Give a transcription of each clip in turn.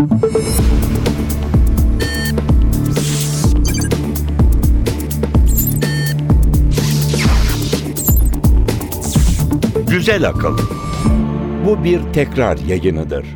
Güzel Akıl. Bu bir tekrar yayınıdır.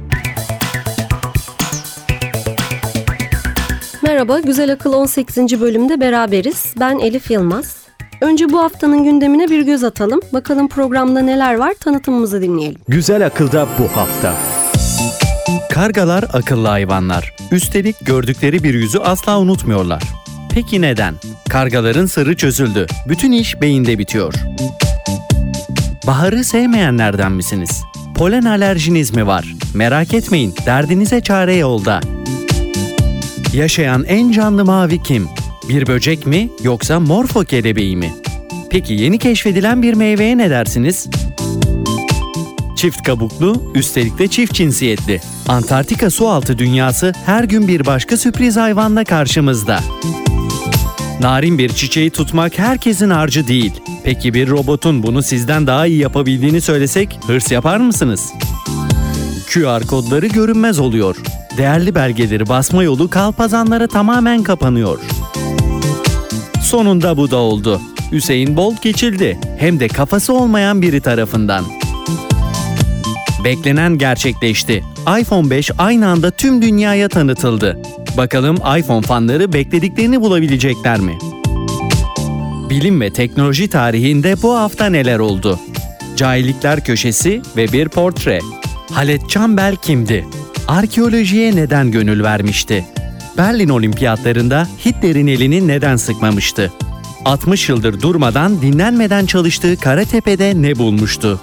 Merhaba, Güzel Akıl 18. bölümde beraberiz. Ben Elif Yılmaz. Önce bu haftanın gündemine bir göz atalım. Bakalım programda neler var, tanıtımımızı dinleyelim. Güzel Akıl'da bu hafta. Kargalar akıllı hayvanlar. Üstelik gördükleri bir yüzü asla unutmuyorlar. Peki neden? Kargaların sırrı çözüldü. Bütün iş beyinde bitiyor. Baharı sevmeyenlerden misiniz? Polen alerjiniz mi var? Merak etmeyin, derdinize çare yolda. Yaşayan en canlı mavi kim? Bir böcek mi yoksa morfo kelebeği mi? Peki yeni keşfedilen bir meyveye ne dersiniz? Çift kabuklu, üstelik de çift cinsiyetli. Antarktika sualtı dünyası her gün bir başka sürpriz hayvanla karşımızda. Narin bir çiçeği tutmak herkesin harcı değil. Peki bir robotun bunu sizden daha iyi yapabildiğini söylesek hırs yapar mısınız? QR kodları görünmez oluyor. Değerli belgeleri basma yolu kalpazanlara tamamen kapanıyor. Sonunda bu da oldu. Usain Bolt geçildi. Hem de kafası olmayan biri tarafından. Beklenen gerçekleşti. iPhone 5 aynı anda tüm dünyaya tanıtıldı. Bakalım iPhone fanları beklediklerini bulabilecekler mi? Bilim ve teknoloji tarihinde bu hafta neler oldu? Cahillikler köşesi ve bir portre. Halet Çambel kimdi? Arkeolojiye neden gönül vermişti? Berlin Olimpiyatlarında Hitler'in elini neden sıkmamıştı? 60 yıldır durmadan, dinlenmeden çalıştığı Karatepe'de ne bulmuştu?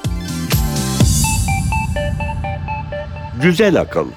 Güzel Akıl.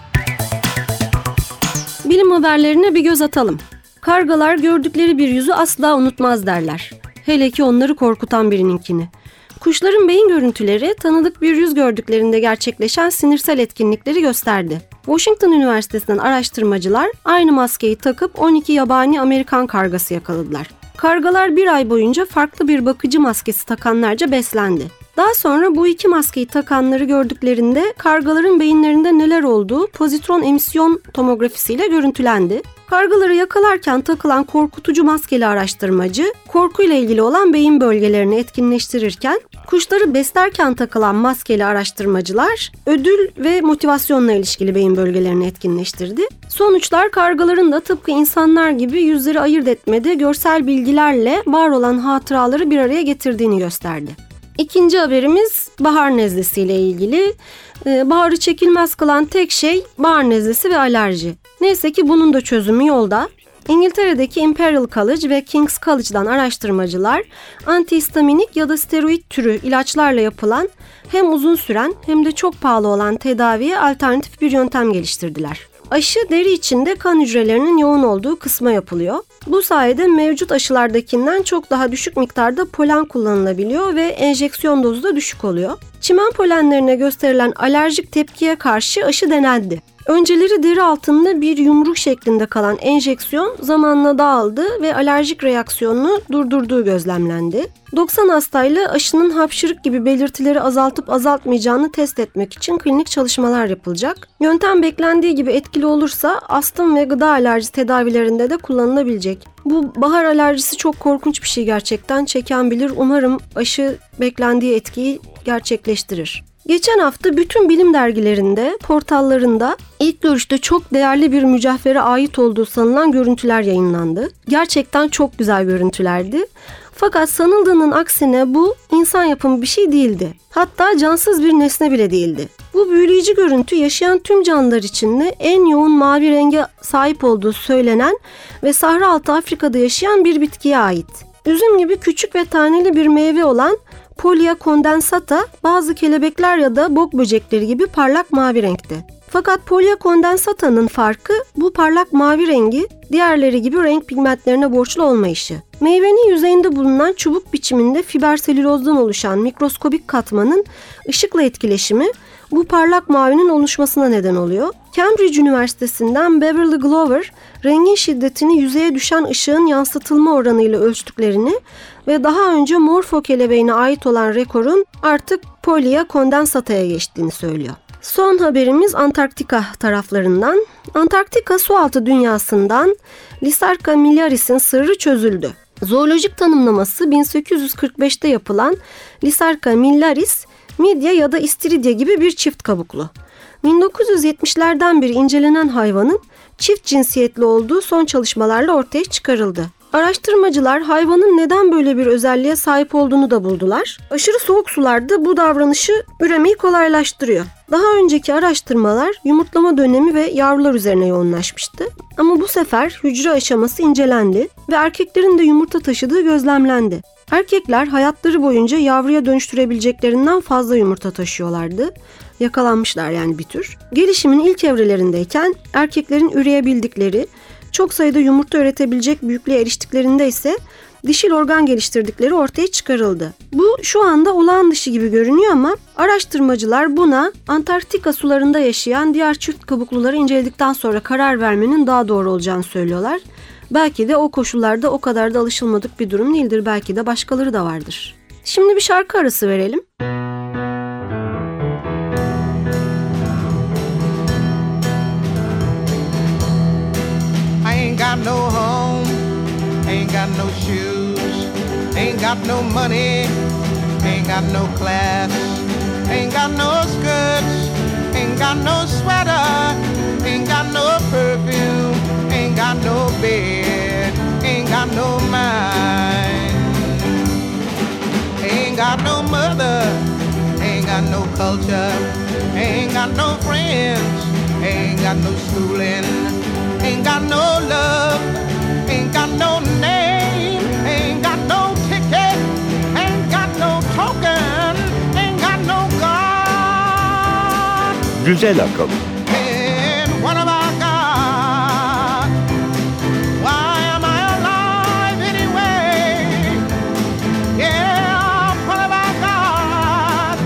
Bilim haberlerine bir göz atalım. Kargalar gördükleri bir yüzü asla unutmaz derler. Hele ki onları korkutan birininkini. Kuşların beyin görüntüleri tanıdık bir yüz gördüklerinde gerçekleşen sinirsel etkinlikleri gösterdi. Washington Üniversitesi'nden araştırmacılar aynı maskeyi takıp 12 yabani Amerikan kargası yakaladılar. Kargalar bir ay boyunca farklı bir bakıcı maskesi takanlarca beslendi. Daha sonra bu iki maskeyi takanları gördüklerinde kargaların beyinlerinde neler olduğu pozitron emisyon tomografisiyle görüntülendi. Kargaları yakalarken takılan korkutucu maskeli araştırmacı, korkuyla ilgili olan beyin bölgelerini etkinleştirirken, kuşları beslerken takılan maskeli araştırmacılar, ödül ve motivasyonla ilişkili beyin bölgelerini etkinleştirdi. Sonuçlar kargaların da tıpkı insanlar gibi yüzleri ayırt etmede görsel bilgilerle var olan hatıraları bir araya getirdiğini gösterdi. İkinci haberimiz bahar nezlesiyle ilgili. Baharı çekilmez kılan tek şey bahar nezlesi ve alerji. Neyse ki bunun da çözümü yolda. İngiltere'deki Imperial College ve King's College'dan araştırmacılar antihistaminik ya da steroid türü ilaçlarla yapılan hem uzun süren hem de çok pahalı olan tedaviye alternatif bir yöntem geliştirdiler. Aşı deri içinde kan hücrelerinin yoğun olduğu kısma yapılıyor. Bu sayede mevcut aşılardakinden çok daha düşük miktarda polen kullanılabiliyor ve enjeksiyon dozu da düşük oluyor. Çimen polenlerine gösterilen alerjik tepkiye karşı aşı denendi. Önceleri deri altında bir yumruk şeklinde kalan enjeksiyon zamanla dağıldı ve alerjik reaksiyonunu durdurduğu gözlemlendi. 90 hastayla aşının hapşırık gibi belirtileri azaltıp azaltmayacağını test etmek için klinik çalışmalar yapılacak. Yöntem beklendiği gibi etkili olursa astım ve gıda alerjisi tedavilerinde de kullanılabilecek. Bu bahar alerjisi çok korkunç bir şey gerçekten. Çeken bilir. Umarım aşı beklendiği etkiyi gerçekleştirir. Geçen hafta bütün bilim dergilerinde, portallarında ilk görüşte çok değerli bir mücevhere ait olduğu sanılan görüntüler yayınlandı. Gerçekten çok güzel görüntülerdi. Fakat sanıldığının aksine bu insan yapımı bir şey değildi. Hatta cansız bir nesne bile değildi. Bu büyüleyici görüntü yaşayan tüm canlılar içinde en yoğun mavi renge sahip olduğu söylenen ve Sahra Altı Afrika'da yaşayan bir bitkiye ait. Üzüm gibi küçük ve taneli bir meyve olan Pollia condensata bazı kelebekler ya da bok böcekleri gibi parlak mavi renkte. Fakat Pollia condensata'nın farkı bu parlak mavi rengi diğerleri gibi renk pigmentlerine borçlu olmayışı. Meyvenin yüzeyinde bulunan çubuk biçiminde fiberselülozdan oluşan mikroskobik katmanın ışıkla etkileşimi bu parlak mavinin oluşmasına neden oluyor. Cambridge Üniversitesi'nden Beverly Glover, rengin şiddetini yüzeye düşen ışığın yansıtılma oranıyla ölçtüklerini ve daha önce morfo kelebeğine ait olan rekorun artık Pollia condensata'ya geçtiğini söylüyor. Son haberimiz Antarktika taraflarından. Antarktika sualtı dünyasından Lysarca miliaris'in sırrı çözüldü. Zoolojik tanımlaması 1845'te yapılan Lysarca miliaris, midye ya da istiridye gibi bir çift kabuklu. 1970'lerden beri incelenen hayvanın çift cinsiyetli olduğu son çalışmalarla ortaya çıkarıldı. Araştırmacılar hayvanın neden böyle bir özelliğe sahip olduğunu da buldular. Aşırı soğuk sularda bu davranışı üremeyi kolaylaştırıyor. Daha önceki araştırmalar yumurtlama dönemi ve yavrular üzerine yoğunlaşmıştı. Ama bu sefer hücre aşaması incelendi ve erkeklerin de yumurta taşıdığı gözlemlendi. Erkekler hayatları boyunca yavruya dönüştürebileceklerinden fazla yumurta taşıyorlardı. Yakalanmışlar yani bir tür. Gelişimin ilk evrelerindeyken erkeklerin üreyebildikleri, çok sayıda yumurta üretebilecek büyüklüğe eriştiklerinde ise dişil organ geliştirdikleri ortaya çıkarıldı. Bu şu anda olağan dışı gibi görünüyor ama araştırmacılar buna Antarktika sularında yaşayan diğer çift kabukluları inceledikten sonra karar vermenin daha doğru olacağını söylüyorlar. Belki de o koşullarda o kadar da alışılmadık bir durum değildir. Belki de başkaları da vardır. Şimdi bir şarkı arası verelim. Ain't got no home, ain't got no shoes, ain't got no money, ain't got no class, ain't got no skirts, ain't got no sweater, ain't got no perfume, ain't got no bed, ain't got no mind, ain't got no mother, ain't got no culture, ain't got no friends, ain't got no schooling, ain't got no love, ain't got no name, ain't got no ticket, ain't got no token, ain't got no God. Güzel akıl. And what have I got? Why am I alive anyway? Yeah, what have I got?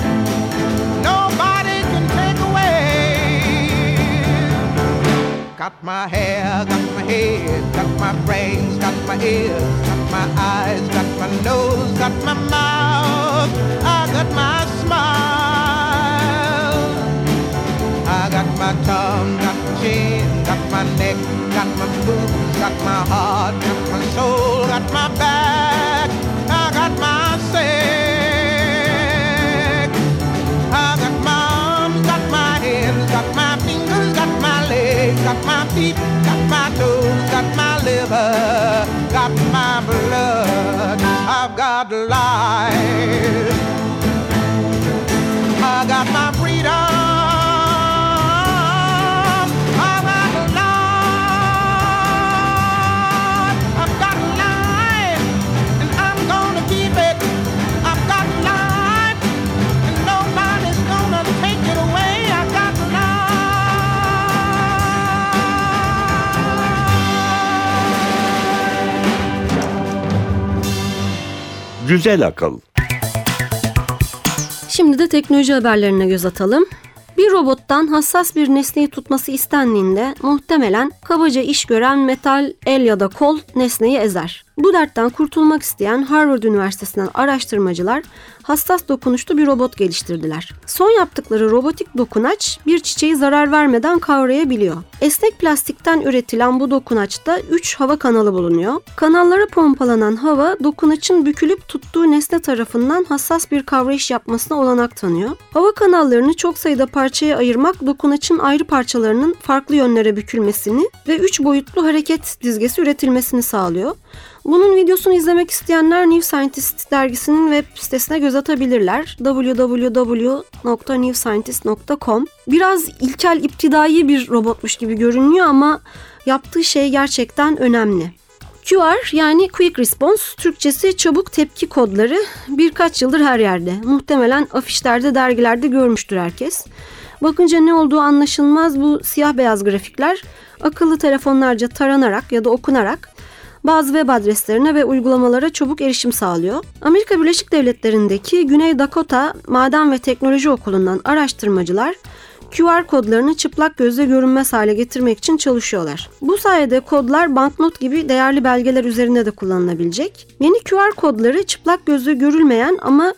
Nobody can take away. Got my hair, got my head, got my brains, got my ears, got my eyes, got my nose, got my mouth, I got my smile, I got my tongue, got my chin, got my neck, got my boobs, got my heart, got my soul, got my back, I got my sex, I got my arms, got my hands, got my fingers, got my legs, got my feet, got my toes, got my liver, got my blood, I've got life, I got my freedom, I've got life, I've got life, and I'm gonna keep it, I've got life, and nobody's gonna take it away, I've got Güzel akıl. Şimdi de teknoloji haberlerine göz atalım. Bir robottan hassas bir nesneyi tutması istendiğinde muhtemelen kabaca iş gören metal el ya da kol nesneyi ezer. Bu dertten kurtulmak isteyen Harvard Üniversitesi'nden araştırmacılar hassas dokunuşlu bir robot geliştirdiler. Son yaptıkları robotik dokunaç bir çiçeği zarar vermeden kavrayabiliyor. Esnek plastikten üretilen bu dokunaçta 3 hava kanalı bulunuyor. Kanallara pompalanan hava dokunaçın bükülüp tuttuğu nesne tarafından hassas bir kavrayış yapmasına olanak tanıyor. Hava kanallarını çok sayıda parçaya ayırmak dokunaçın ayrı parçalarının farklı yönlere bükülmesini ve 3 boyutlu hareket dizgesi üretilmesini sağlıyor. Bunun videosunu izlemek isteyenler New Scientist dergisinin web sitesine göz atabilirler. www.newscientist.com. Biraz ilkel, iptidai bir robotmuş gibi görünüyor ama yaptığı şey gerçekten önemli. QR yani Quick Response, Türkçesi çabuk tepki kodları birkaç yıldır her yerde. Muhtemelen afişlerde, dergilerde görmüştür herkes. Bakınca ne olduğu anlaşılmaz bu siyah beyaz grafikler akıllı telefonlarca taranarak ya da okunarak bazı web adreslerine ve uygulamalara çabuk erişim sağlıyor. Amerika Birleşik Devletleri'ndeki Güney Dakota Maden ve Teknoloji Okulu'ndan araştırmacılar QR kodlarını çıplak gözle görünmez hale getirmek için çalışıyorlar. Bu sayede kodlar banknot gibi değerli belgeler üzerinde de kullanılabilecek. Yeni QR kodları çıplak gözle görülmeyen ama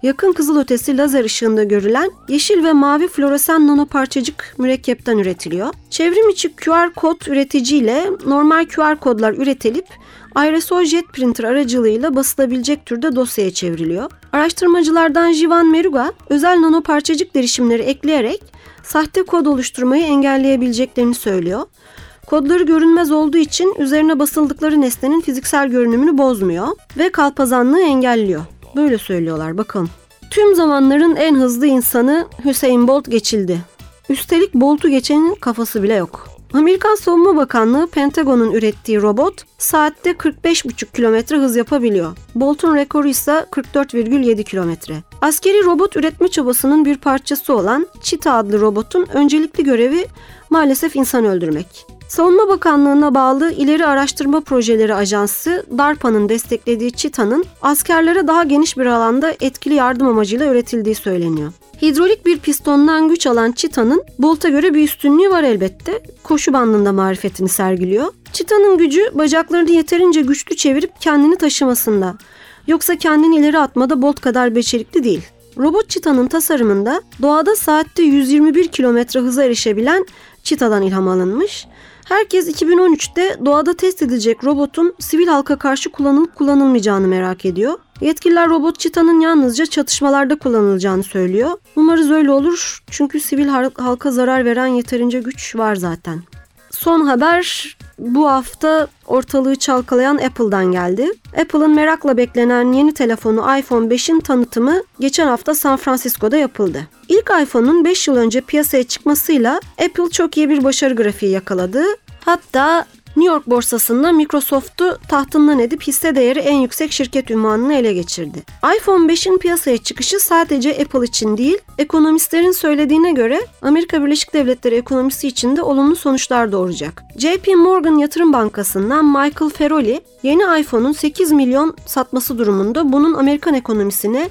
yakın kızılötesi lazer ışığında görülen yeşil ve mavi floresan nanoparçacık mürekkepten üretiliyor. Çevrim içi QR kod üreticiyle normal QR kodlar üretilip aerosol jet printer aracılığıyla basılabilecek türde dosyaya çevriliyor. Araştırmacılardan Jivan Meruga, özel nanoparçacık derişimleri ekleyerek sahte kod oluşturmayı engelleyebileceklerini söylüyor. Kodları görünmez olduğu için üzerine basıldıkları nesnenin fiziksel görünümünü bozmuyor ve kalpazanlığı engelliyor. Böyle söylüyorlar, bakalım. Tüm zamanların en hızlı insanı Hüseyin Bolt geçildi. Üstelik Bolt'u geçenin kafası bile yok. Amerikan Savunma Bakanlığı Pentagon'un ürettiği robot saatte 45,5 kilometre hız yapabiliyor. Bolt'un rekoru ise 44,7 kilometre. Askeri robot üretme çabasının bir parçası olan Cheetah adlı robotun öncelikli görevi maalesef insan öldürmek. Savunma Bakanlığı'na bağlı İleri Araştırma Projeleri Ajansı, DARPA'nın desteklediği Cheetah'nın askerlere daha geniş bir alanda etkili yardım amacıyla üretildiği söyleniyor. Hidrolik bir pistondan güç alan Cheetah'nın Bolt'a göre bir üstünlüğü var elbette. Koşu bandında marifetini sergiliyor. Cheetah'ın gücü bacaklarını yeterince güçlü çevirip kendini taşımasında. Yoksa kendini ileri atmada Bolt kadar becerikli değil. Robot Cheetah'ın tasarımında doğada saatte 121 kilometre hıza erişebilen Cheetah'dan ilham alınmış. Herkes 2013'te doğada test edilecek robotun sivil halka karşı kullanılıp kullanılmayacağını merak ediyor. Yetkililer robot Cheetah'ın yalnızca çatışmalarda kullanılacağını söylüyor. Umarız öyle olur çünkü sivil halka zarar veren yeterince güç var zaten. Son haber bu hafta ortalığı çalkalayan Apple'dan geldi. Apple'ın merakla beklenen yeni telefonu iPhone 5'in tanıtımı geçen hafta San Francisco'da yapıldı. İlk iPhone'un 5 yıl önce piyasaya çıkmasıyla Apple çok iyi bir başarı grafiği yakaladı. Hatta New York borsasında Microsoft'u tahtından edip hisse değeri en yüksek şirket unvanını ele geçirdi. iPhone 5'in piyasaya çıkışı sadece Apple için değil, ekonomistlerin söylediğine göre Amerika Birleşik Devletleri ekonomisi için de olumlu sonuçlar doğuracak. JP Morgan Yatırım Bankası'ndan Michael Feroli, yeni iPhone'un 8 milyon satması durumunda bunun Amerikan ekonomisine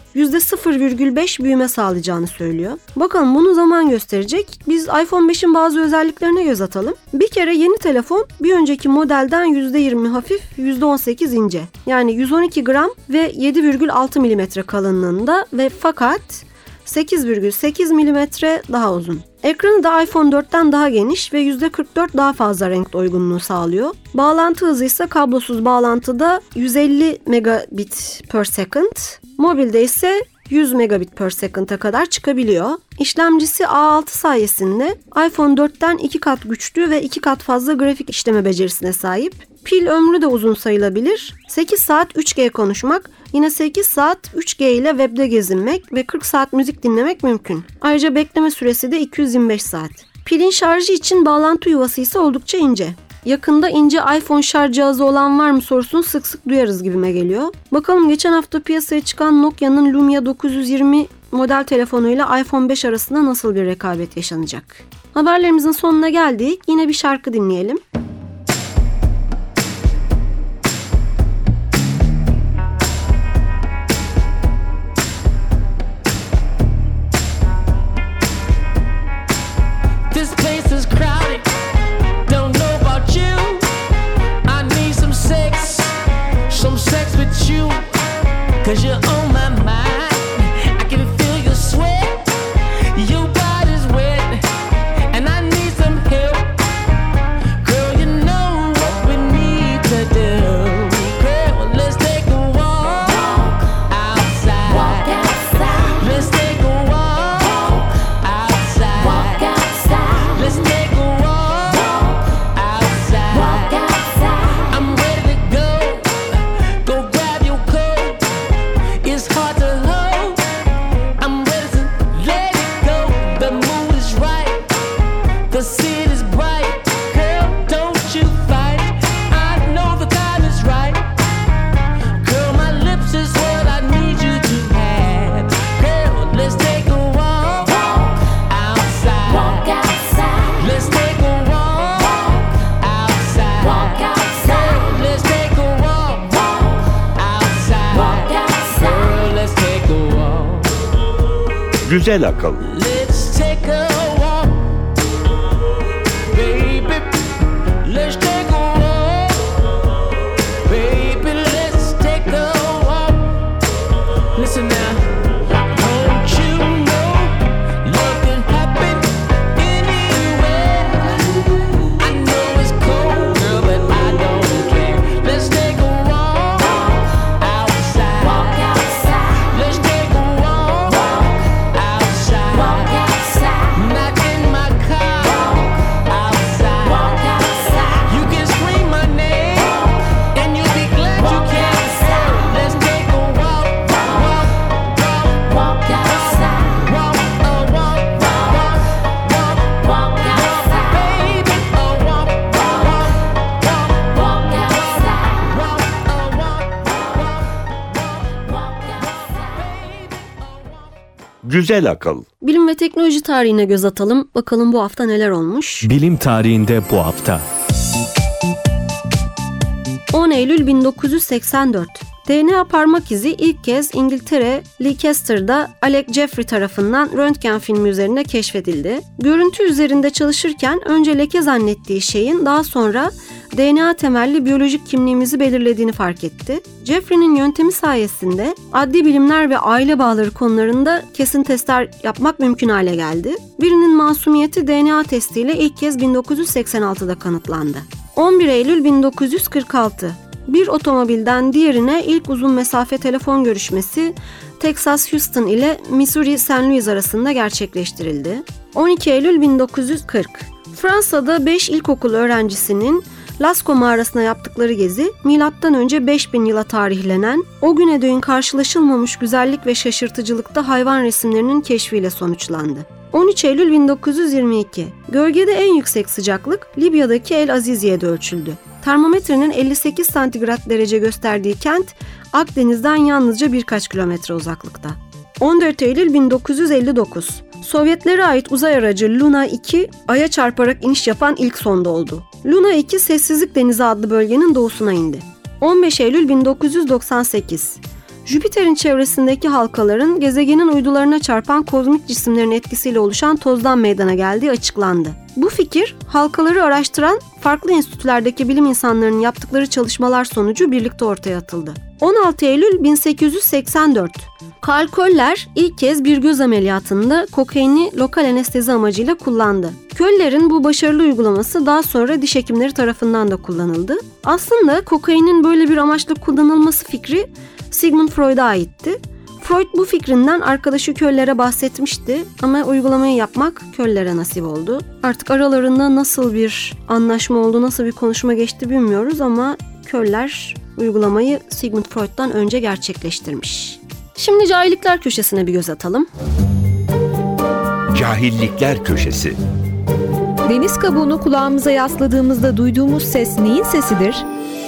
%0,5 büyüme sağlayacağını söylüyor. Bakalım bunu zaman gösterecek. Biz iPhone 5'in bazı özelliklerine göz atalım. Bir kere yeni telefon bir önceki modelden %20 hafif, %18 ince. Yani 112 gram ve 7,6 milimetre kalınlığında ve fakat 8,8 milimetre daha uzun. Ekranı da iPhone 4'ten daha geniş ve %44 daha fazla renk uygunluğu sağlıyor. Bağlantı hızı ise kablosuz bağlantıda 150 megabit per second, mobilde ise 100 megabit per second'a kadar çıkabiliyor. İşlemcisi A6 sayesinde iPhone 4'ten 2 kat güçlü ve 2 kat fazla grafik işleme becerisine sahip. Pil ömrü de uzun sayılabilir. 8 saat 3G konuşmak, yine 8 saat 3G ile webde gezinmek ve 40 saat müzik dinlemek mümkün. Ayrıca bekleme süresi de 225 saat. Pilin şarjı için bağlantı yuvası ise oldukça ince. Yakında ince iPhone şarj cihazı olan var mı sorusunu sık sık duyarız gibime geliyor. Bakalım geçen hafta piyasaya çıkan Nokia'nın Lumia 920 model telefonuyla iPhone 5 arasında nasıl bir rekabet yaşanacak? Haberlerimizin sonuna geldik. Yine bir şarkı dinleyelim. Cause you're on my mind, I can feel your sweat, your body's wet, and I need some help. Girl, you know what we need to do. Girl, let's take a walk outside. Walk outside. Let's take a walk outside. Walk outside. Let's take a walk outside. Walk outside. I'm ready to go. Go grab your coat. It's hard to hold. I'm ready to let it go. The mood is right. The scene is bright. Girl, don't you fight. I know the time is right. Girl, my lips is what I need you to have. Girl, let's take a walk outside. Walk outside. Let's take a walk outside. Walk outside. Girl, let's take a walk outside. Walk outside. Girl, let's take a walk. Güzel akıl. Let's take a walk, baby. Let's take a walk, baby. Let's take a walk. Listen now. Güzel akıl. Bilim ve teknoloji tarihine göz atalım. Bakalım bu hafta neler olmuş. Bilim tarihinde bu hafta. 10 Eylül 1984. DNA parmak izi ilk kez İngiltere, Leicester'da Alec Jeffrey tarafından röntgen filmi üzerinde keşfedildi. Görüntü üzerinde çalışırken önce leke zannettiği şeyin daha sonra DNA temelli biyolojik kimliğimizi belirlediğini fark etti. Jeffrey'nin yöntemi sayesinde adli bilimler ve aile bağları konularında kesin testler yapmak mümkün hale geldi. Birinin masumiyeti DNA testiyle ilk kez 1986'da kanıtlandı. 11 Eylül 1946. Bir otomobilden diğerine ilk uzun mesafe telefon görüşmesi Texas Houston ile Missouri St. Louis arasında gerçekleştirildi. 12 Eylül 1940. Fransa'da 5 ilkokul öğrencisinin Lascaux mağarasına yaptıkları gezi, M.Ö. 5000 yıla tarihlenen, o güne değin karşılaşılmamış güzellik ve şaşırtıcılıkta hayvan resimlerinin keşfiyle sonuçlandı. 13 Eylül 1922. Gölgede en yüksek sıcaklık Libya'daki El Aziziye'de ölçüldü. Termometrenin 58 santigrat derece gösterdiği kent, Akdeniz'den yalnızca birkaç kilometre uzaklıkta. 14 Eylül 1959. Sovyetlere ait uzay aracı Luna 2, Ay'a çarparak iniş yapan ilk sonda oldu. Luna 2, Sessizlik Denizi adlı bölgenin doğusuna indi. 15 Eylül 1998. Jüpiter'in çevresindeki halkaların gezegenin uydularına çarpan kozmik cisimlerin etkisiyle oluşan tozdan meydana geldiği açıklandı. Bu fikir, halkaları araştıran farklı enstitülerdeki bilim insanlarının yaptıkları çalışmalar sonucu birlikte ortaya atıldı. 16 Eylül 1884. Karl Köller ilk kez bir göz ameliyatında kokaini lokal anestezi amacıyla kullandı. Köller'in bu başarılı uygulaması daha sonra diş hekimleri tarafından da kullanıldı. Aslında kokainin böyle bir amaçla kullanılması fikri Sigmund Freud'a aitti. Freud bu fikrinden arkadaşı Köller'e bahsetmişti ama uygulamayı yapmak Köller'e nasip oldu. Artık aralarında nasıl bir anlaşma oldu, nasıl bir konuşma geçti bilmiyoruz ama Köller uygulamayı Sigmund Freud'dan önce gerçekleştirmiş. Şimdi cahillikler köşesine bir göz atalım. Cahillikler köşesi. Deniz kabuğunu kulağımıza yasladığımızda duyduğumuz ses neyin sesidir?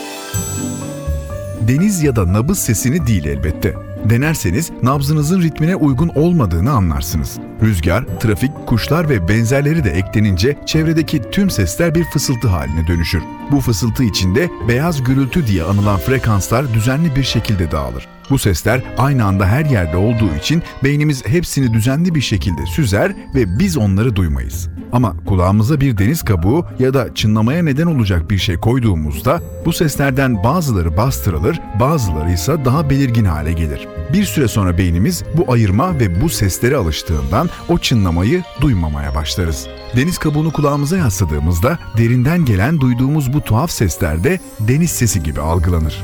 Deniz ya da nabız sesini değil elbette. Denerseniz nabzınızın ritmine uygun olmadığını anlarsınız. Rüzgar, trafik, kuşlar ve benzerleri de eklenince çevredeki tüm sesler bir fısıltı haline dönüşür. Bu fısıltı içinde beyaz gürültü diye anılan frekanslar düzenli bir şekilde dağılır. Bu sesler aynı anda her yerde olduğu için beynimiz hepsini düzenli bir şekilde süzer ve biz onları duymayız. Ama kulağımıza bir deniz kabuğu ya da çınlamaya neden olacak bir şey koyduğumuzda bu seslerden bazıları bastırılır, bazıları ise daha belirgin hale gelir. Bir süre sonra beynimiz bu ayırma ve bu seslere alıştığından o çınlamayı duymamaya başlarız. Deniz kabuğunu kulağımıza yasladığımızda derinden gelen duyduğumuz bu tuhaf sesler de deniz sesi gibi algılanır.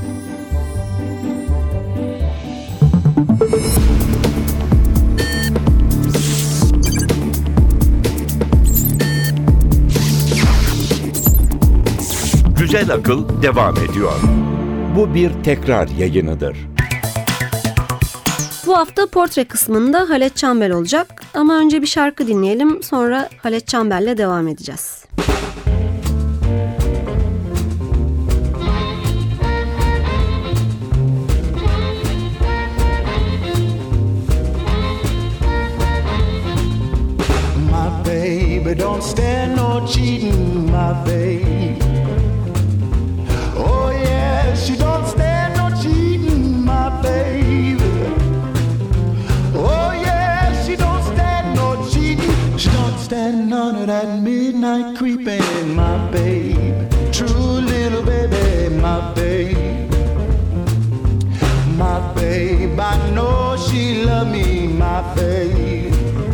Güzel akıl devam ediyor. Bu bir tekrar yayınıdır. Bu hafta portre kısmında Halet Çambel olacak ama önce bir şarkı dinleyelim, sonra Halet Çambel'le devam edeceğiz. My baby don't stand no cheating, my baby. Oh yeah, she don't stand no cheating, my baby. Oh yeah, she don't stand no cheating. She don't stand none of that midnight creeping, my baby. True little baby, my baby. My babe, I know she love me, my baby.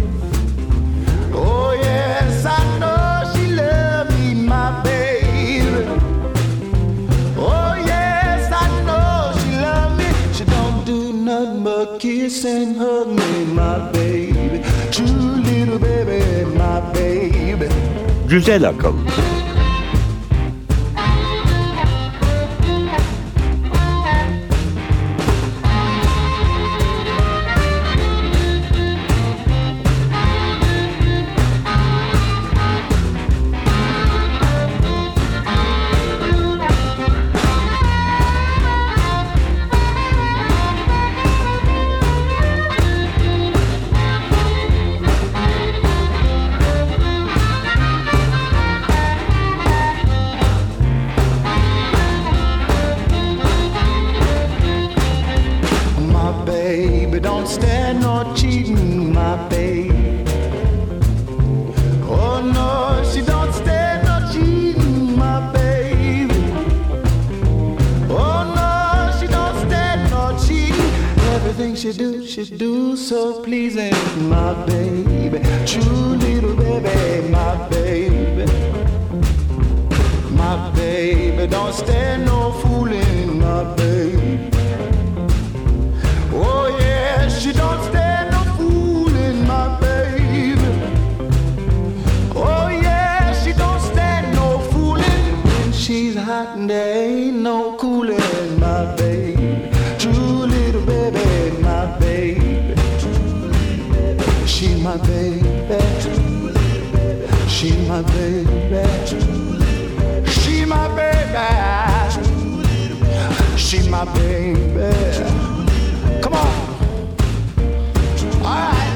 Oh yes, I know she love me, my baby. Oh yes, I know she love me. She don't do nothing but kiss and hug me, my baby. True little baby, my baby. Güzel akıl. stand no cheating, my baby. Oh no, she don't stand no cheating, my baby. Oh no, she don't stand no cheating. Everything she do so pleasing, my baby. True little baby, my baby. My baby don't stand no fooling, my baby. Oh yeah, she don't stand no fooling, my baby. Oh yeah, she don't stand no fooling. When she's hot and there ain't no cooling, my baby. True little baby, my baby. She my baby. She my baby. She my baby. She my baby. Come on. All right.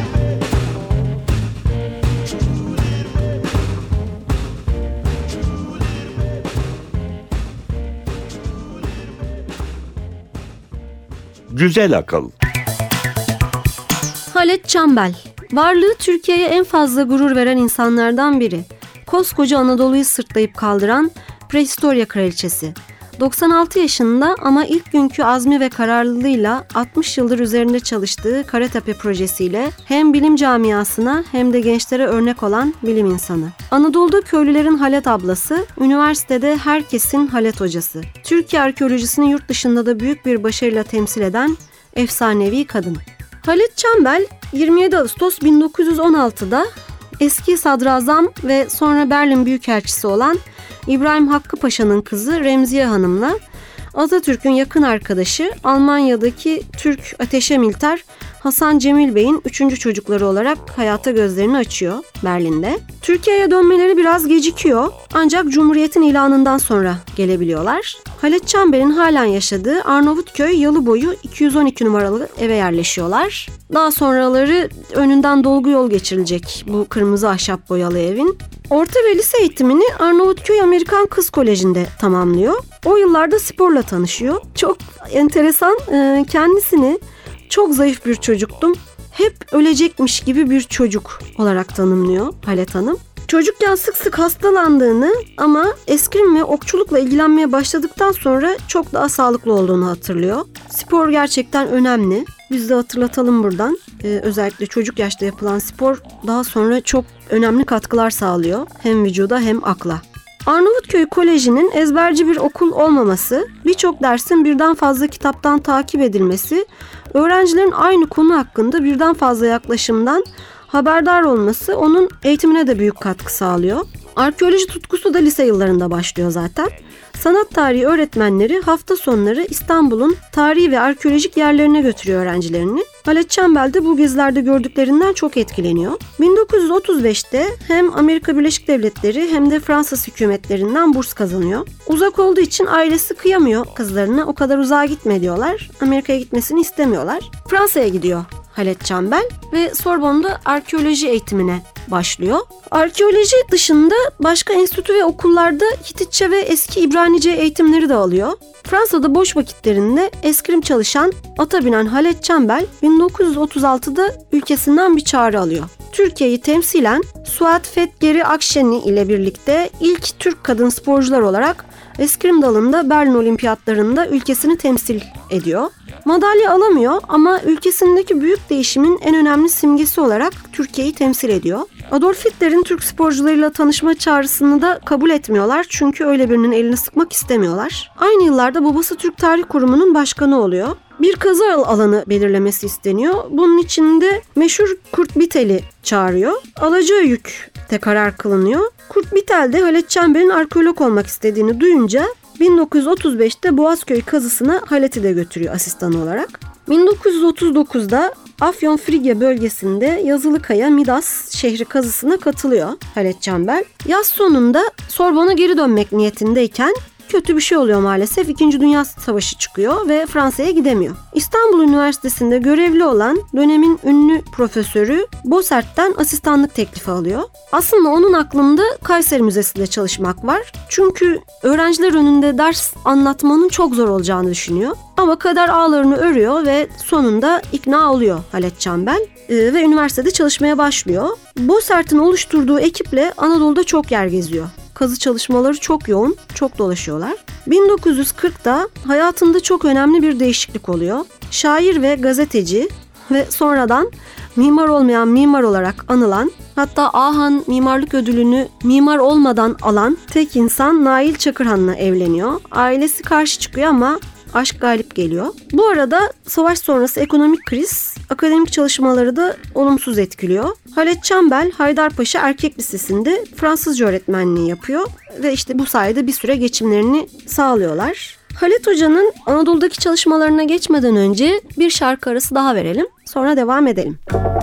Güzel akıl. Halet Çambel, varlığı Türkiye'ye en fazla gurur veren insanlardan biri. Koskoca Anadolu'yu sırtlayıp kaldıran prehistorya kraliçesi. 96 yaşında ama ilk günkü azmi ve kararlılığıyla 60 yıldır üzerinde çalıştığı Karatepe projesiyle hem bilim camiasına hem de gençlere örnek olan bilim insanı. Anadolu'da köylülerin Halet ablası, üniversitede herkesin Halet hocası. Türkiye arkeolojisini yurt dışında da büyük bir başarıyla temsil eden efsanevi kadın. Halet Çambel 27 Ağustos 1916'da eski sadrazam ve sonra Berlin Büyükelçisi olan İbrahim Hakkı Paşa'nın kızı Remziye Hanım'la Atatürk'ün yakın arkadaşı Almanya'daki Türk Ateşemilter Hasan Cemil Bey'in 3. çocukları olarak hayata gözlerini açıyor Berlin'de. Türkiye'ye dönmeleri biraz gecikiyor ancak Cumhuriyet'in ilanından sonra gelebiliyorlar. Halet Çambel'in halen yaşadığı Arnavutköy Yalıboyu 212 numaralı eve yerleşiyorlar. Daha sonraları önünden dolgu yol geçirilecek bu kırmızı ahşap boyalı evin. Orta ve lise eğitimini Arnavutköy Amerikan Kız Koleji'nde tamamlıyor. O yıllarda sporla tanışıyor. Çok enteresan, kendisini çok zayıf bir çocuktum, hep ölecekmiş gibi bir çocuk olarak tanımlıyor Halet Hanım. Çocukken sık sık hastalandığını ama eskrim ve okçulukla ilgilenmeye başladıktan sonra çok daha sağlıklı olduğunu hatırlıyor. Spor gerçekten önemli. Biz de hatırlatalım buradan. Özellikle çocuk yaşta yapılan spor daha sonra çok önemli katkılar sağlıyor. Hem vücuda hem akla. Arnavutköy Koleji'nin ezberci bir okul olmaması, birçok dersin birden fazla kitaptan takip edilmesi, öğrencilerin aynı konu hakkında birden fazla yaklaşımdan haberdar olması onun eğitimine de büyük katkı sağlıyor. Arkeoloji tutkusu da lise yıllarında başlıyor zaten. Sanat tarihi öğretmenleri hafta sonları İstanbul'un tarihi ve arkeolojik yerlerine götürüyor öğrencilerini. Halet Çambel de bu gezilerde gördüklerinden çok etkileniyor. 1935'te hem Amerika Birleşik Devletleri hem de Fransız hükümetlerinden burs kazanıyor. Uzak olduğu için ailesi kıyamıyor kızlarına, o kadar uzağa gitme diyorlar. Amerika'ya gitmesini istemiyorlar. Fransa'ya gidiyor Halet Çambel ve Sorbonne'da arkeoloji eğitimine başlıyor. Arkeoloji dışında başka enstitü ve okullarda Hititçe ve eski İbranice eğitimleri de alıyor. Fransa'da boş vakitlerinde eskrim çalışan, ata binen Halet Çambel 1936'da ülkesinden bir çağrı alıyor. Türkiye'yi temsilen Suat Fetgeri Akşeni ile birlikte ilk Türk kadın sporcular olarak eskrim dalında Berlin Olimpiyatlarında ülkesini temsil ediyor. Madalya alamıyor ama ülkesindeki büyük değişimin en önemli simgesi olarak Türkiye'yi temsil ediyor. Adolf Hitler'in Türk sporcularıyla tanışma çağrısını da kabul etmiyorlar çünkü öyle birinin elini sıkmak istemiyorlar. Aynı yıllarda babası Türk Tarih Kurumu'nun başkanı oluyor. Bir kazı alanı belirlemesi isteniyor. Bunun için de meşhur Kurt Bittel'i çağırıyor. Alacaköy'de karar kılınıyor. Kurt Bittel de Halet Çambel'in arkeolog olmak istediğini duyunca 1935'te Boğazköy kazısına Halet'i de götürüyor asistan olarak. 1939'da Afyon Frigya bölgesinde Yazılıkaya Midas şehri kazısına katılıyor Halet Çambel. Yaz sonunda Sorbonne'a geri dönmek niyetindeyken kötü bir şey oluyor maalesef. 2. Dünya Savaşı çıkıyor ve Fransa'ya gidemiyor. İstanbul Üniversitesi'nde görevli olan dönemin ünlü profesörü Bossart'tan asistanlık teklifi alıyor. Aslında onun aklında Kayseri Müzesi'nde çalışmak var. Çünkü öğrenciler önünde ders anlatmanın çok zor olacağını düşünüyor. Ama kader ağlarını örüyor ve sonunda ikna oluyor Halet Çambel ve üniversitede çalışmaya başlıyor. Bossart'ın oluşturduğu ekiple Anadolu'da çok yer geziyor. Kazı çalışmaları çok yoğun, çok dolaşıyorlar. 1940'da hayatında çok önemli bir değişiklik oluyor. Şair ve gazeteci ve sonradan mimar olmayan mimar olarak anılan, hatta Ahan Mimarlık Ödülünü mimar olmadan alan tek insan Nail Çakırhan'la evleniyor. Ailesi karşı çıkıyor ama aşk galip geliyor. Bu arada savaş sonrası ekonomik kriz akademik çalışmaları da olumsuz etkiliyor. Halet Çambel Haydarpaşa Erkek Lisesi'nde Fransızca öğretmenliği yapıyor ve işte bu sayede bir süre geçimlerini sağlıyorlar. Halet Hoca'nın Anadolu'daki çalışmalarına geçmeden önce bir şarkı arası daha verelim. Sonra devam edelim.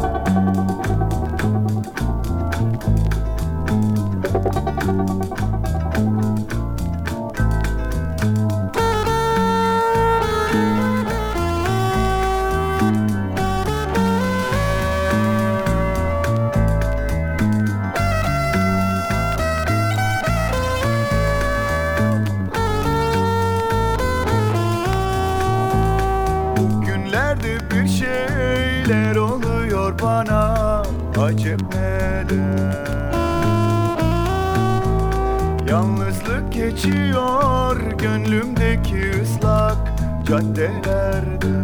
Acep neden? Yalnızlık geçiyor gönlümdeki ıslak caddelerde.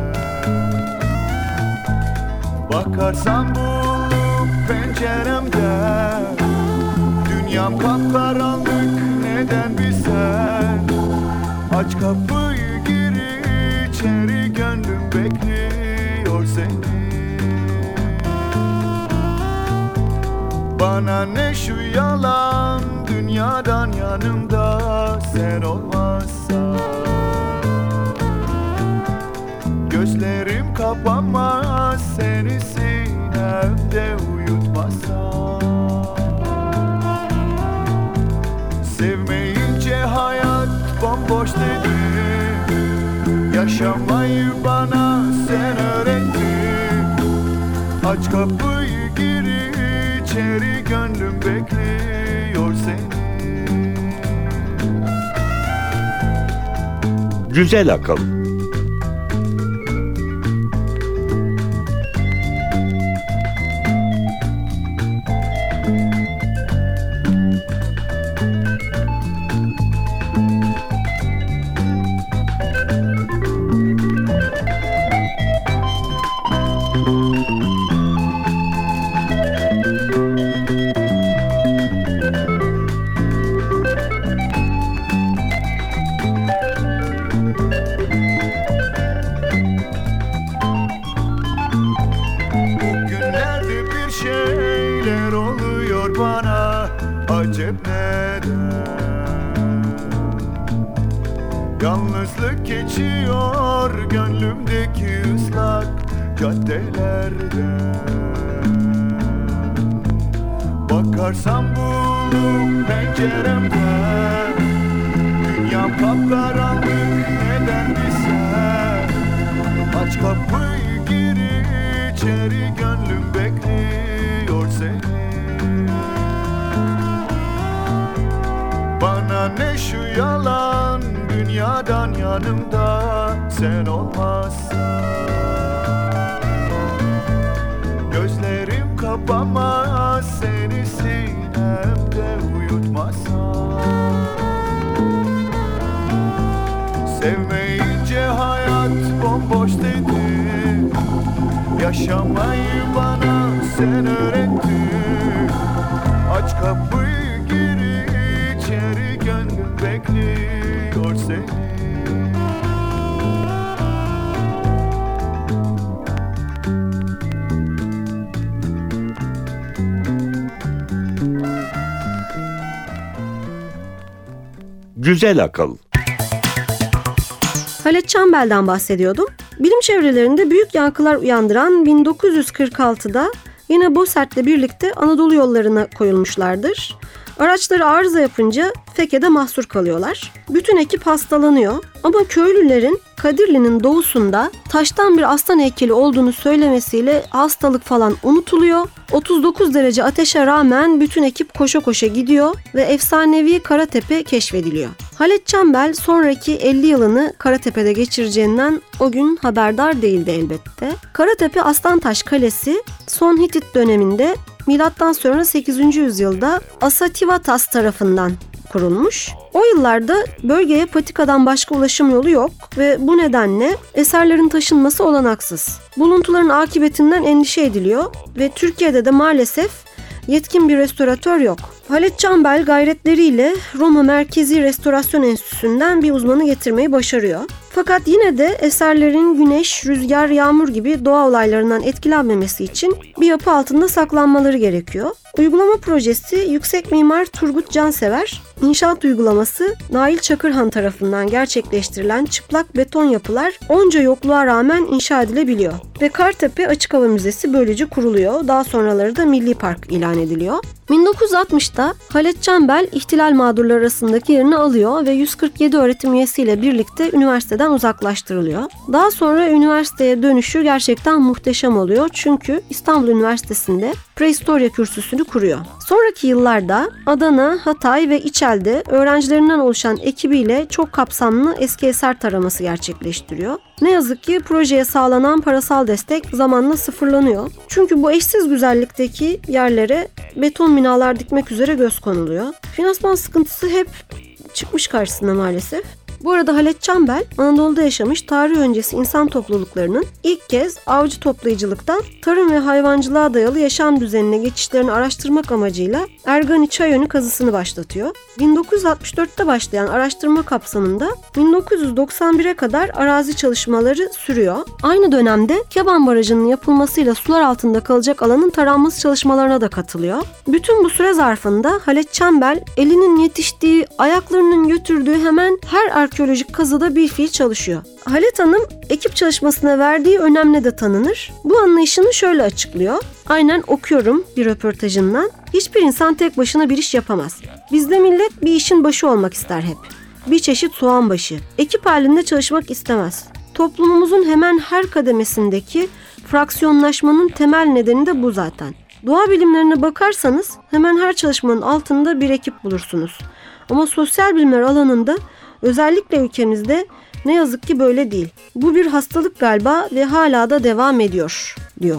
Bakarsam bulup penceremden, dünyam kapkaranlık neden bir sen? Aç kapıyı gir içeri, gönlüm bekliyor seni. Bana ne şu yalan, dünyadan yanımda sen olmazsan. Gözlerim kapanmaz seni sinemde uyutmazsan. Sevmeyince hayat bomboş dedim, yaşamayı bana sen öğrettin. Aç kapıyı gir içeri, gönlüm bekliyor seni. Güzel akıl. Yalnızlık geçiyor gönlümdeki ıslak caddelerde. Bakarsam bulup penceremden, dünyam kapkaranlık neden bir sen? Aç kapıyı gir içeri, gönlüm bekliyor seni. Bana ne şu yalan, dünyadan yanımda sen olmazsan. Gözlerim kapanmaz seni sinemde uyutmazsan. Sevmeyince hayat bomboş dedi, yaşamayı bana sen öğrettin. Aç kapıyı gir içeri, gönlüm bekliyor seni. Güzel akıl. Halet Çambel'den bahsediyordum. Bilim çevrelerinde büyük yankılar uyandıran 1946'da yine Bossart'la birlikte Anadolu yollarına koyulmuşlardır. Araçları arıza yapınca Fekke'de mahsur kalıyorlar. Bütün ekip hastalanıyor ama köylülerin Kadirli'nin doğusunda taştan bir aslan heykeli olduğunu söylemesiyle hastalık falan unutuluyor. 39 derece ateşe rağmen bütün ekip koşa koşa gidiyor ve efsanevi Karatepe keşfediliyor. Halet Çambel sonraki 50 yılını Karatepe'de geçireceğinden o gün haberdar değildi elbette. Karatepe Aslantaş Kalesi son Hitit döneminde milattan sonra 8. yüzyılda Asativatas tarafından kurulmuş. O yıllarda bölgeye patikadan başka ulaşım yolu yok ve bu nedenle eserlerin taşınması olanaksız. Buluntuların akıbetinden endişe ediliyor ve Türkiye'de de maalesef yetkin bir restoratör yok. Halet Çambel gayretleriyle Roma Merkezi Restorasyon Enstitüsü'nden bir uzmanı getirmeyi başarıyor. Fakat yine de eserlerin güneş, rüzgar, yağmur gibi doğa olaylarından etkilenmemesi için bir yapı altında saklanmaları gerekiyor. Uygulama projesi yüksek mimar Turgut Cansever, inşaat uygulaması Nail Çakırhan tarafından gerçekleştirilen çıplak beton yapılar onca yokluğa rağmen inşa edilebiliyor. Ve Kartepe Açık Hava Müzesi böylece kuruluyor. Daha sonraları da Milli Park ilan ediliyor. 1960'da Halet Çambel ihtilal mağdurları arasındaki yerini alıyor ve 147 öğretim üyesiyle birlikte üniversiteden uzaklaştırılıyor. Daha sonra üniversiteye dönüşü gerçekten muhteşem oluyor çünkü İstanbul Üniversitesi'nde prehistorya kürsüsünü kuruyor. Sonraki yıllarda Adana, Hatay ve İçel'de öğrencilerinden oluşan ekibiyle çok kapsamlı eski eser taraması gerçekleştiriyor. Ne yazık ki projeye sağlanan parasal destek zamanla sıfırlanıyor. Çünkü bu eşsiz güzellikteki yerlere beton binalar dikmek üzere göz konuluyor. Finansman sıkıntısı hep çıkmış karşısına maalesef. Bu arada Halet Çambel, Anadolu'da yaşamış tarih öncesi insan topluluklarının ilk kez avcı toplayıcılıktan tarım ve hayvancılığa dayalı yaşam düzenine geçişlerini araştırmak amacıyla Ergani-Çayönü kazısını başlatıyor. 1964'te başlayan araştırma kapsamında 1991'e kadar arazi çalışmaları sürüyor. Aynı dönemde Keban Barajı'nın yapılmasıyla sular altında kalacak alanın taranması çalışmalarına da katılıyor. Bütün bu süre zarfında Halet Çambel elinin yetiştiği, ayaklarının götürdüğü hemen her arkeolojik kazıda bir fiil çalışıyor. Halet Hanım ekip çalışmasına verdiği önemle de tanınır. Bu anlayışını şöyle açıklıyor. Aynen okuyorum bir röportajından. Hiçbir insan tek başına bir iş yapamaz. Bizde millet bir işin başı olmak ister hep. Bir çeşit soğan başı. Ekip halinde çalışmak istemez. Toplumumuzun hemen her kademesindeki fraksiyonlaşmanın temel nedeni de bu zaten. Doğa bilimlerine bakarsanız hemen her çalışmanın altında bir ekip bulursunuz. Ama sosyal bilimler alanında özellikle ülkemizde ne yazık ki böyle değil. Bu bir hastalık galiba ve hala da devam ediyor, diyor.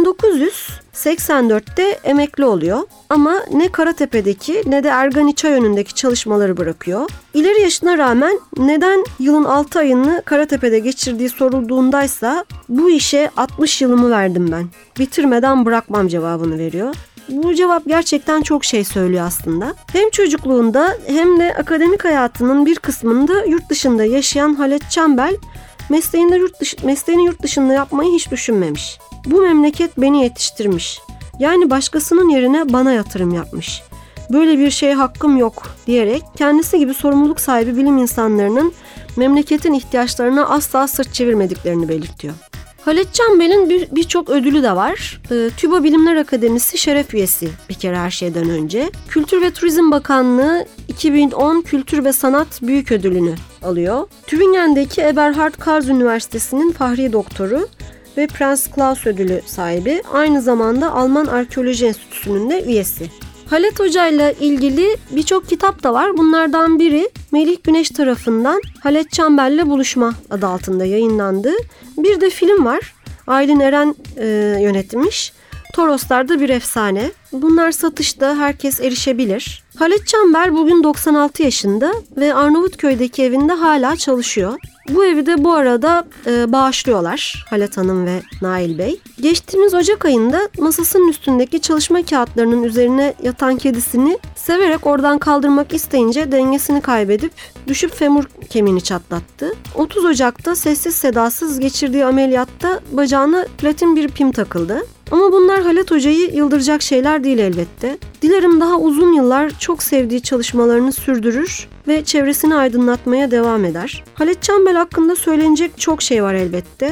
1984'te emekli oluyor ama ne Karatepe'deki ne de Ergani-Çayönü'ndeki çalışmaları bırakıyor. İleri yaşına rağmen neden yılın 6 ayını Karatepe'de geçirdiği sorulduğundaysa bu işe 60 yılımı verdim ben. Bitirmeden bırakmam cevabını veriyor. Bu cevap gerçekten çok şey söylüyor aslında. Hem çocukluğunda hem de akademik hayatının bir kısmında yurt dışında yaşayan Halet Çambel mesleğini yurt dışında yapmayı hiç düşünmemiş. Bu memleket beni yetiştirmiş. Yani başkasının yerine bana yatırım yapmış. Böyle bir şeye hakkım yok diyerek kendisi gibi sorumluluk sahibi bilim insanlarının memleketin ihtiyaçlarına asla sırt çevirmediklerini belirtiyor. Halet Çambel'in birçok ödülü de var. TÜBA Bilimler Akademisi şeref üyesi bir kere her şeyden önce. Kültür ve Turizm Bakanlığı 2010 Kültür ve Sanat Büyük Ödülünü alıyor. Tübingen'deki Eberhard Karls Üniversitesi'nin Fahri Doktoru ve Prens Claus ödülü sahibi. Aynı zamanda Alman Arkeoloji Enstitüsü'nün de üyesi. Halet Hoca ile ilgili birçok kitap da var. Bunlardan biri Melih Güneş tarafından Halet Çambel'le Buluşma adı altında yayınlandı. Bir de film var. Aylin Eren yönetmiş. Toroslar'da bir efsane. Bunlar satışta, herkes erişebilir. Halet Çambel bugün 96 yaşında ve Arnavutköy'deki evinde hala çalışıyor. Bu evi de bu arada bağışlıyorlar Halet Hanım ve Nail Bey. Geçtiğimiz Ocak ayında masasının üstündeki çalışma kağıtlarının üzerine yatan kedisini severek oradan kaldırmak isteyince dengesini kaybedip düşüp femur kemiğini çatlattı. 30 Ocak'ta sessiz sedasız geçirdiği ameliyatta bacağına platin bir pim takıldı. Ama bunlar Halet Hoca'yı yıldıracak şeyler değil elbette. Dilerim daha uzun yıllar çok sevdiği çalışmalarını sürdürür ve çevresini aydınlatmaya devam eder. Halet Çambel hakkında söylenecek çok şey var elbette.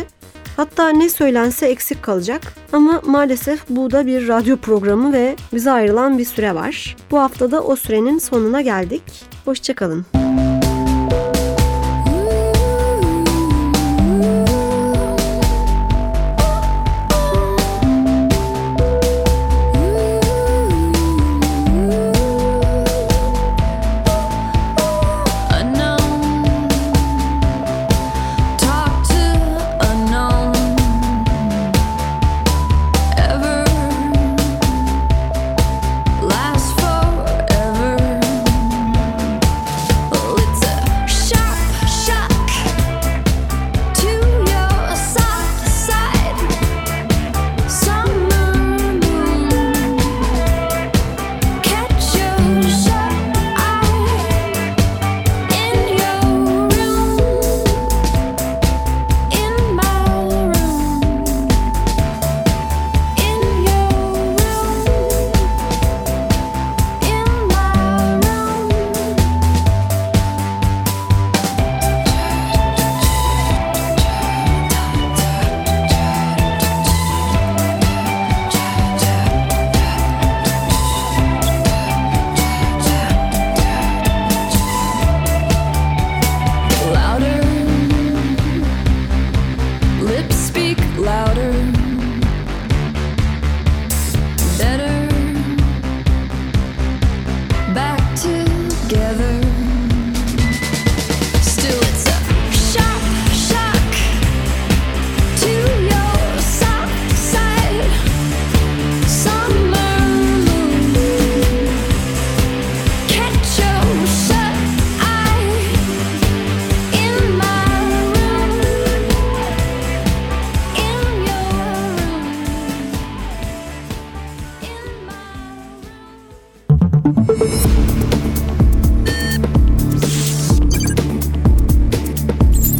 Hatta ne söylense eksik kalacak. Ama maalesef bu da bir radyo programı ve bize ayrılan bir süre var. Bu hafta da o sürenin sonuna geldik. Hoşçakalın.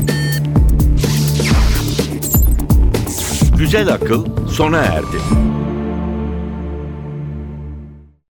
Güzel Akıl sona erdi.